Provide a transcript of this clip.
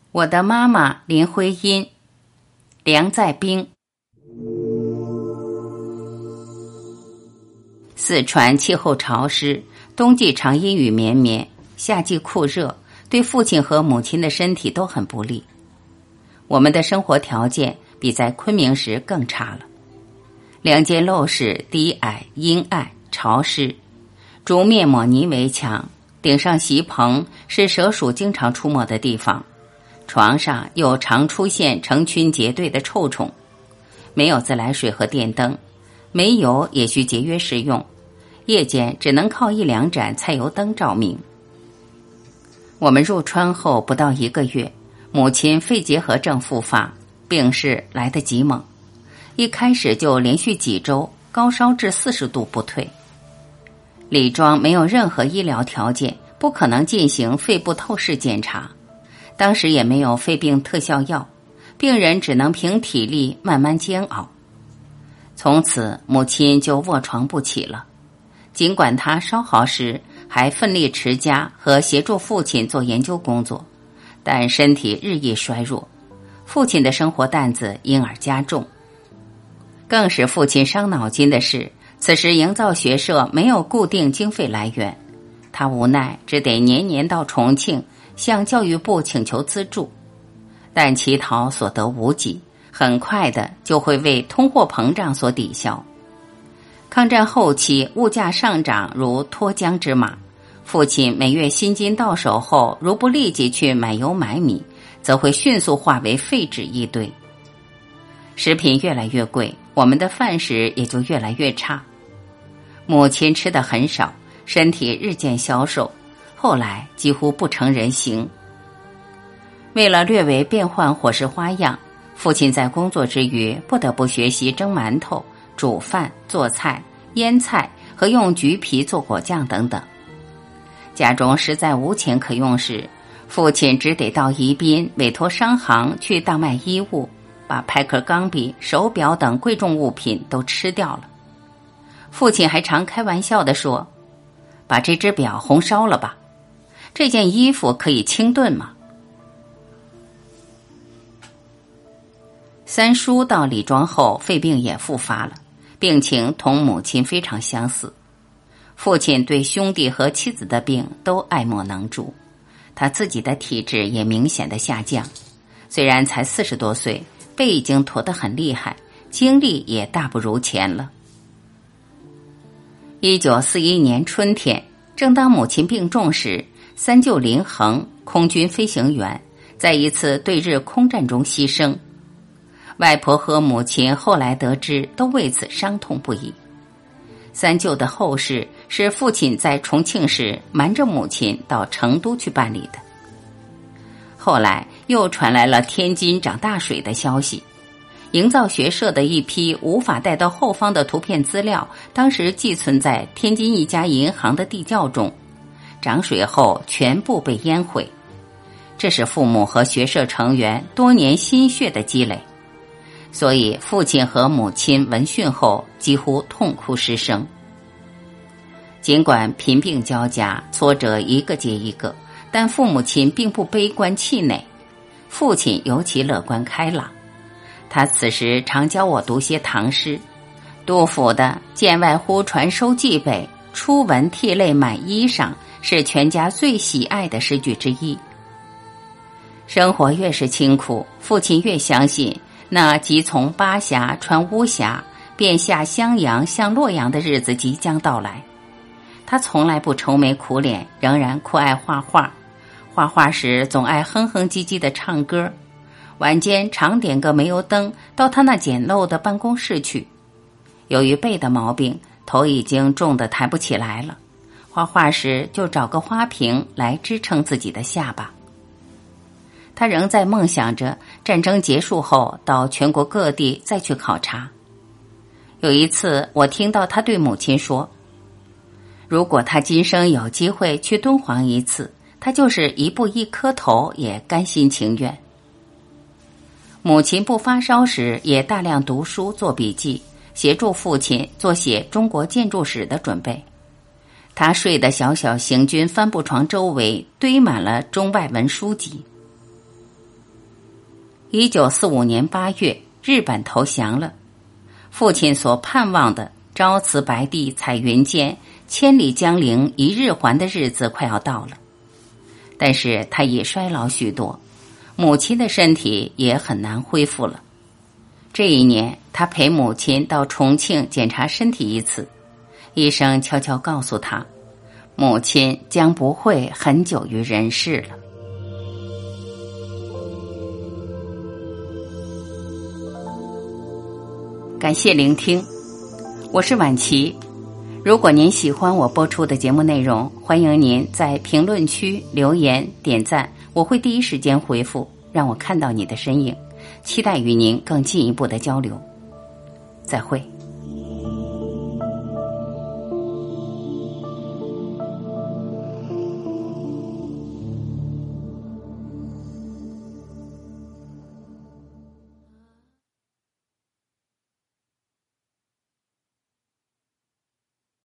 我的妈妈林徽因，梁再冰。四川气候潮湿，冬季常阴雨绵绵，夏季酷热，对父亲和母亲的身体都很不利。我们的生活条件比在昆明时更差了。两间陋室，低矮、阴暗、潮湿，竹面抹泥围墙，顶上席棚是蛇鼠经常出没的地方，床上又常出现成群结队的臭虫。没有自来水和电灯，煤油也需节约使用，夜间只能靠一两盏菜油灯照明。我们入川后不到1个月，母亲肺结核症复发，病势来得极猛，一开始就连续几周高烧至40度不退。李庄没有任何医疗条件，不可能进行肺部透视检查，当时也没有肺病特效药，病人只能凭体力慢慢煎熬。从此母亲就卧床不起了，尽管她稍好时还奋力持家和协助父亲做研究工作，但身体日益衰弱，父亲的生活担子因而加重。更使父亲伤脑筋的是，此时营造学社没有固定经费来源，他无奈只得年年到重庆向教育部请求资助，但乞讨所得无几，很快的就会为通货膨胀所抵消。抗战后期物价上涨如脱缰之马，父亲每月薪金到手后，如不立即去买油买米，则会迅速化为废纸一堆。食品越来越贵，我们的饭食也就越来越差。母亲吃得很少，身体日渐消瘦，后来几乎不成人形。为了略微变换伙食花样，父亲在工作之余不得不学习蒸馒头、煮饭、做菜、腌菜和用橘皮做果酱等等。家中实在无钱可用时，父亲只得到宜宾委托商行去大卖衣物，把派克钢笔、手表等贵重物品都吃掉了。父亲还常开玩笑地说，把这只表红烧了吧，这件衣服可以清炖吗？三叔到李庄后，肺病也复发了，病情同母亲非常相似。父亲对兄弟和妻子的病都爱莫能助，他自己的体质也明显的下降，虽然才40多岁，背已经驼得很厉害，精力也大不如前了。1941年春天，正当母亲病重时，三舅林衡，空军飞行员，在一次对日空战中牺牲。外婆和母亲后来得知，都为此伤痛不已。三舅的后事是父亲在重庆时瞒着母亲到成都去办理的。后来又传来了天津涨大水的消息，营造学社的一批无法带到后方的图片资料，当时寄存在天津一家银行的地窖中，涨水后全部被淹毁。这是父母和学社成员多年心血的积累，所以父亲和母亲闻讯后几乎痛哭失声。尽管贫病交加，挫折一个接一个，但父母亲并不悲观气馁，父亲尤其乐观开朗。他此时常教我读些唐诗，杜甫的“剑外忽传收蓟北，初闻涕泪满衣裳”是全家最喜爱的诗句之一。生活越是清苦，父亲越相信那即从巴峡穿巫峡，便下襄阳向洛阳的日子即将到来。他从来不愁眉苦脸，仍然酷爱画画，画画时总爱哼哼唧唧地唱歌，晚间常点个煤油灯到他那简陋的办公室去。由于背的毛病，头已经重得抬不起来了，画画时就找个花瓶来支撑自己的下巴。他仍在梦想着战争结束后到全国各地再去考察。有一次我听到他对母亲说，如果他今生有机会去敦煌一次，他就是一步一磕头也甘心情愿。母亲不发烧时也大量读书做笔记，协助父亲做写中国建筑史的准备。他睡的小小行军帆布床周围堆满了中外文书籍。 1945年8月，日本投降了。父亲所盼望的朝辞白帝彩云间，千里江陵一日还的日子快要到了。但是他已衰老许多，母亲的身体也很难恢复了。这一年，他陪母亲到重庆检查身体一次，医生悄悄告诉他，母亲将不会很久于人世了。感谢聆听，我是婉琪。如果您喜欢我播出的节目内容，欢迎您在评论区留言点赞，我会第一时间回复，让我看到你的身影，期待与您更进一步的交流。再会。